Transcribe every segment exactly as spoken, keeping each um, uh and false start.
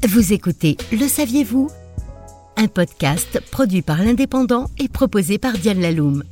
Vous écoutez Le saviez-vous ? Un podcast produit par l'Indépendant et proposé par Diane Laloum.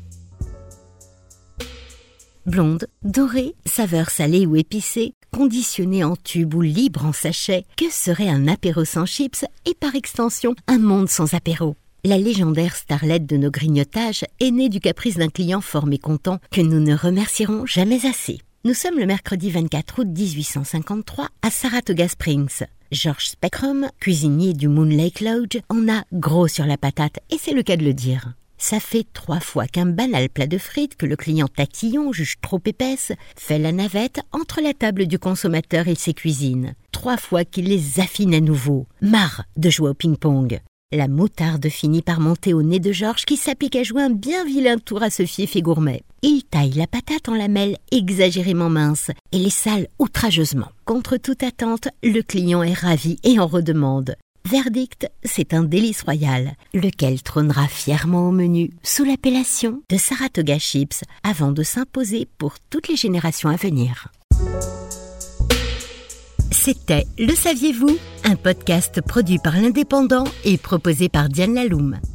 Blonde, dorée, saveur salée ou épicée, conditionnée en tube ou libre en sachet, que serait un apéro sans chips et par extension un monde sans apéro ? La légendaire starlette de nos grignotages est née du caprice d'un client fort mécontent que nous ne remercierons jamais assez. Nous sommes le mercredi vingt-quatre août dix-huit cent cinquante-trois à Saratoga Springs. George Spectrum, cuisinier du Moon Lake Lodge, en a gros sur la patate et c'est le cas de le dire. Ça fait trois fois qu'un banal plat de frites que le client tatillon juge trop épaisse fait la navette entre la table du consommateur et ses cuisines. Trois fois qu'il les affine à nouveau. Marre de jouer au ping-pong. La moutarde finit par monter au nez de Georges qui s'applique à jouer un bien vilain tour à ce fiefé gourmet. Il taille la patate en lamelles exagérément minces et les sale outrageusement. Contre toute attente, le client est ravi et en redemande. Verdict, c'est un délice royal, lequel trônera fièrement au menu sous l'appellation de Saratoga Chips avant de s'imposer pour toutes les générations à venir. C'était Le saviez-vous ? Un podcast produit par l'Indépendant et proposé par Diane Laloum.